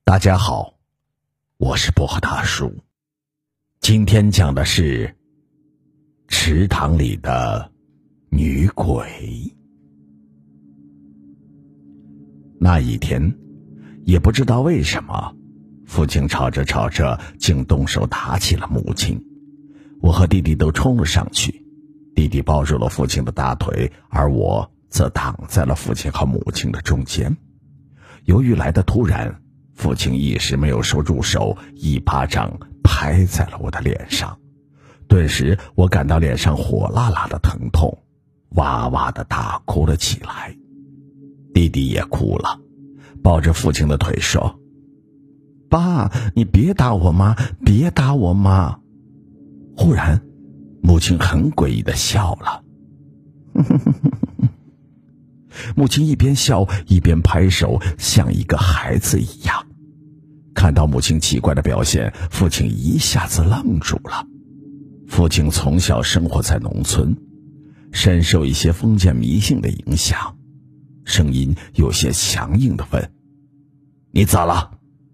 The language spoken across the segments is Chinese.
大家好，我是薄荷大叔。今天讲的是池塘里的女鬼。那一天，也不知道为什么，父亲吵着吵着竟动手打起了母亲。我和弟弟都冲了上去，弟弟抱住了父亲的大腿，而我则挡在了父亲和母亲的中间。由于来得突然，父亲一时没有收住手，一巴掌拍在了我的脸上。顿时我感到脸上火辣辣的疼痛，哇哇的大哭了起来。弟弟也哭了，抱着父亲的腿说：“爸，你别打我妈，别打我妈。”忽然，母亲很诡异的笑了。母亲一边笑一边拍手，像一个孩子一样。看到母亲奇怪的表现，父亲一下子愣住了。父亲从小生活在农村，深受一些封建迷信的影响，声音有些强硬地问：“你咋了？”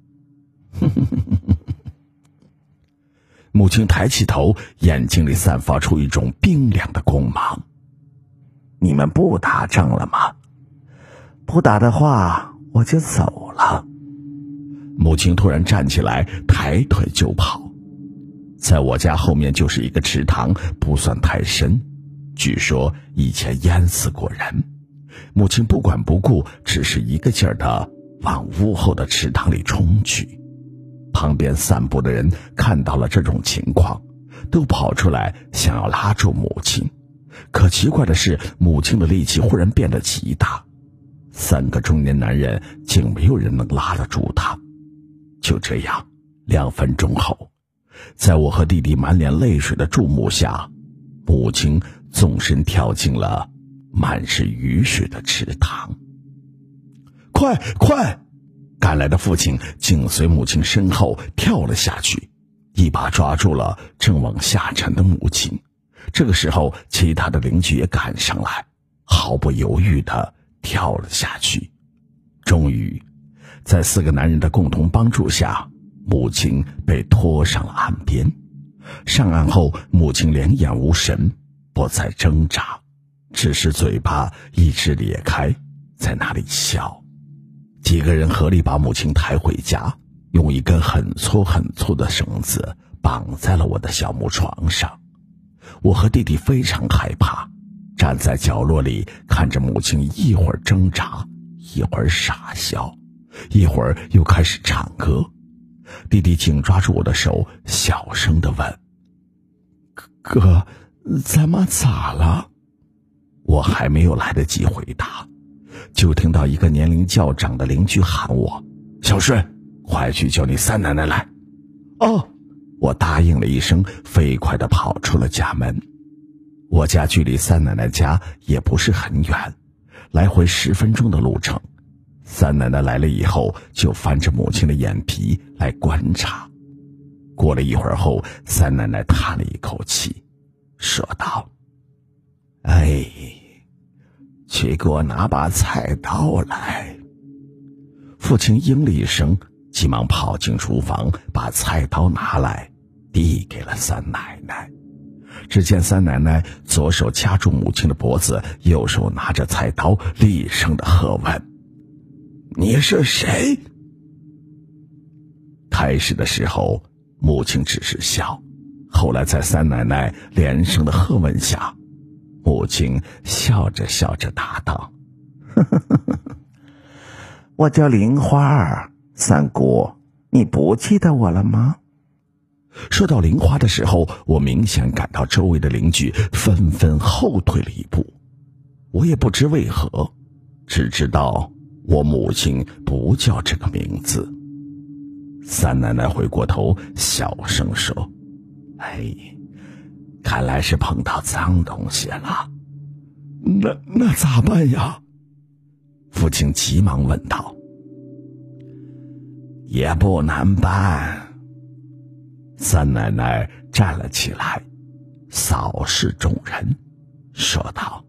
母亲抬起头，眼睛里散发出一种冰凉的光芒。“你们不打仗了吗？不打的话，我就走了。”母亲突然站起来，抬腿就跑。在我家后面就是一个池塘，不算太深，据说以前淹死过人。母亲不管不顾，只是一个劲儿地往屋后的池塘里冲去。旁边散步的人看到了这种情况，都跑出来想要拉住母亲。可奇怪的是，母亲的力气忽然变得极大，3个中年男人竟没有人能拉得住她。就这样，2分钟后，在我和弟弟满脸泪水的注目下，母亲纵身跳进了满是雨水的池塘。“快快！”赶来的父亲紧随母亲身后跳了下去，一把抓住了正往下沉的母亲。这个时候，其他的邻居也赶上来，毫不犹豫地跳了下去。终于，在4个男人的共同帮助下，母亲被拖上了岸边。上岸后，母亲两眼无神，不再挣扎，只是嘴巴一直咧开，在那里笑。几个人合力把母亲抬回家，用一根很粗很粗的绳子绑在了我的小木床上。我和弟弟非常害怕，站在角落里看着母亲一会儿挣扎，一会儿傻笑，一会儿又开始唱歌。弟弟紧抓住我的手，小声地问：“哥，咱妈咋了？”我还没有来得及回答，就听到一个年龄较长的邻居喊我：“小顺，快去叫你3奶奶来。”“哦。”我答应了一声，飞快地跑出了家门。我家距离3奶奶家也不是很远，来回10分钟的路程。3奶奶来了以后，就翻着母亲的眼皮来观察。过了一会儿后，3奶奶叹了一口气，说道：“哎，去给我拿把菜刀来。”父亲应了一声，急忙跑进厨房，把菜刀拿来递给了3奶奶。只见3奶奶左手掐住母亲的脖子，右手拿着菜刀，厉声的喝问：“你是谁？”开始的时候，母亲只是笑，后来在3奶奶连声的喝问下，母亲笑着笑着答道：“我叫玲花，三姑，你不记得我了吗？”说到玲花的时候，我明显感到周围的邻居纷纷后退了一步。我也不知为何，只知道我母亲不叫这个名字。3奶奶回过头，小声说：“哎，看来是碰到脏东西了。那咋办呀？”父亲急忙问道。“也不难办。”3奶奶站了起来，扫视众人，说道：“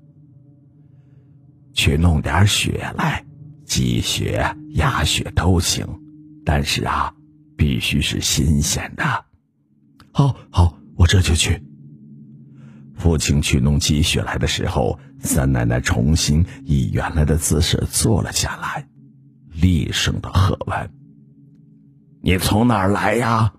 去弄点血来，鸡血、鸭血都行， 但是啊，必须是新鲜的。好，我这就去。父亲去弄鸡血来的时候，三奶奶重新以原来的姿势坐了下来，厉声地喝问：“你从哪儿来呀？”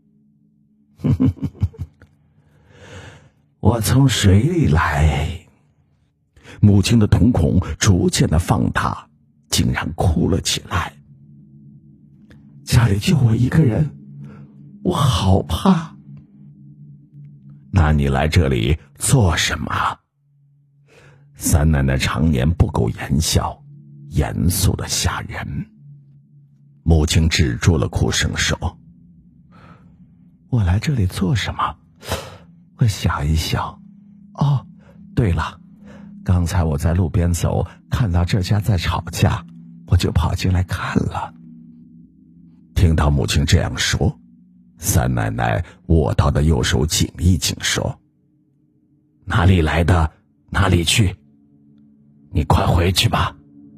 我从水里来。母亲的瞳孔逐渐的放大，竟然哭了起来。家里就我一个人，我好怕。那你来这里做什么？三奶奶常年不苟言笑，严肃的吓人。母亲止住了哭声，说：“我来这里做什么？我想一想。哦，对了，刚才我在路边走，看到这家在吵架，我就跑进来看了。”听到母亲这样说，三奶奶握到的右手紧一紧，说：“哪里来的哪里去，你快回去吧。”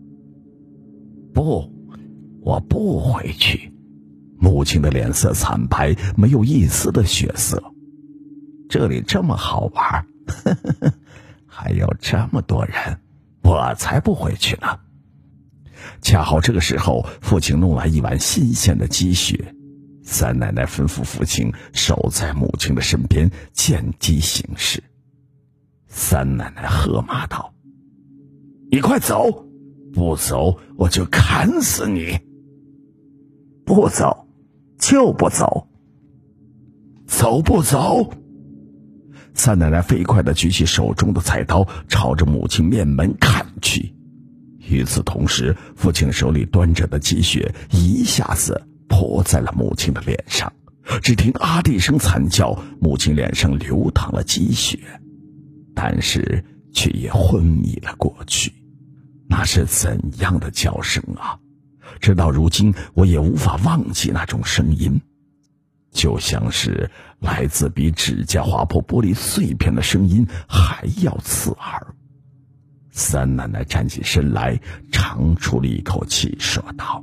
不，我不回去。母亲的脸色惨白，没有一丝的血色。这里这么好玩，还有这么多人，我才不回去呢。恰好这个时候，父亲弄来一碗新鲜的鸡血。三奶奶吩咐父亲守在母亲的身边，见机行事。三奶奶喝骂道：“你快走，不走我就砍死你！不走就不走，走不走？”三奶奶飞快地举起手中的菜刀，朝着母亲面门砍去。与此同时，父亲手里端着的鸡血一下子泼在了母亲的脸上，只听啊的一声惨叫，母亲脸上流淌了鸡血，但是却也昏迷了过去。那是怎样的叫声啊！直到如今，我也无法忘记那种声音，就像是来自比指甲划破玻璃碎片的声音还要刺耳。三奶奶站起身来，长出了一口气，说道：“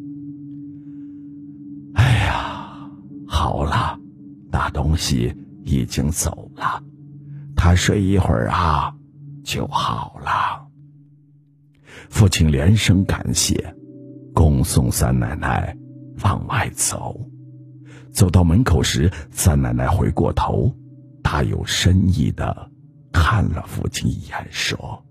哎呀，好了，那东西已经走了，他睡一会儿啊，就好了。”父亲连声感谢，恭送三奶奶往外走。走到门口时，三奶奶回过头，大有深意地看了父亲一眼，说：“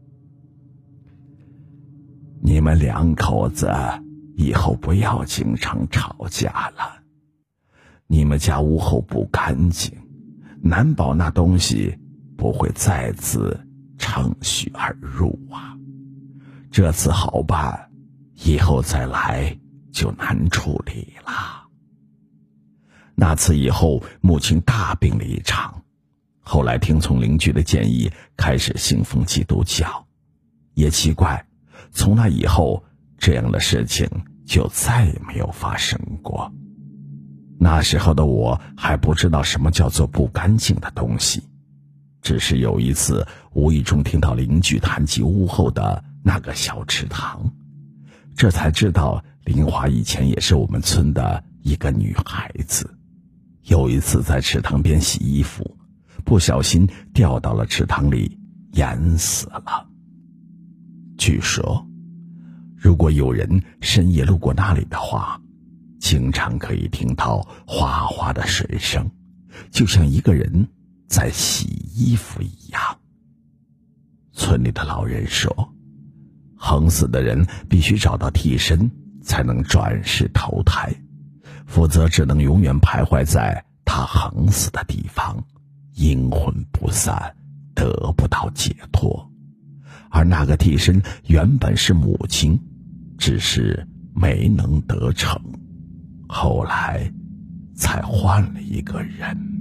你们两口子以后不要经常吵架了。你们家屋后不干净，难保那东西不会再次乘虚而入啊。这次好办，以后再来就难处理了。”那次以后，母亲大病了一场，后来听从邻居的建议，开始信奉基督教。也奇怪，从那以后，这样的事情就再也没有发生过。那时候的我还不知道什么叫做不干净的东西，只是有一次无意中听到邻居谈及屋后的那个小池塘，这才知道林华以前也是我们村的一个女孩子。有一次在池塘边洗衣服，不小心掉到了池塘里，淹死了。据说如果有人深夜路过那里的话，经常可以听到哗哗的水声，就像一个人在洗衣服一样。村里的老人说，横死的人必须找到替身才能转世投胎，否则只能永远徘徊在他横死的地方，阴魂不散，得不到解脱。而那个替身原本是母亲，只是没能得逞，后来才换了一个人。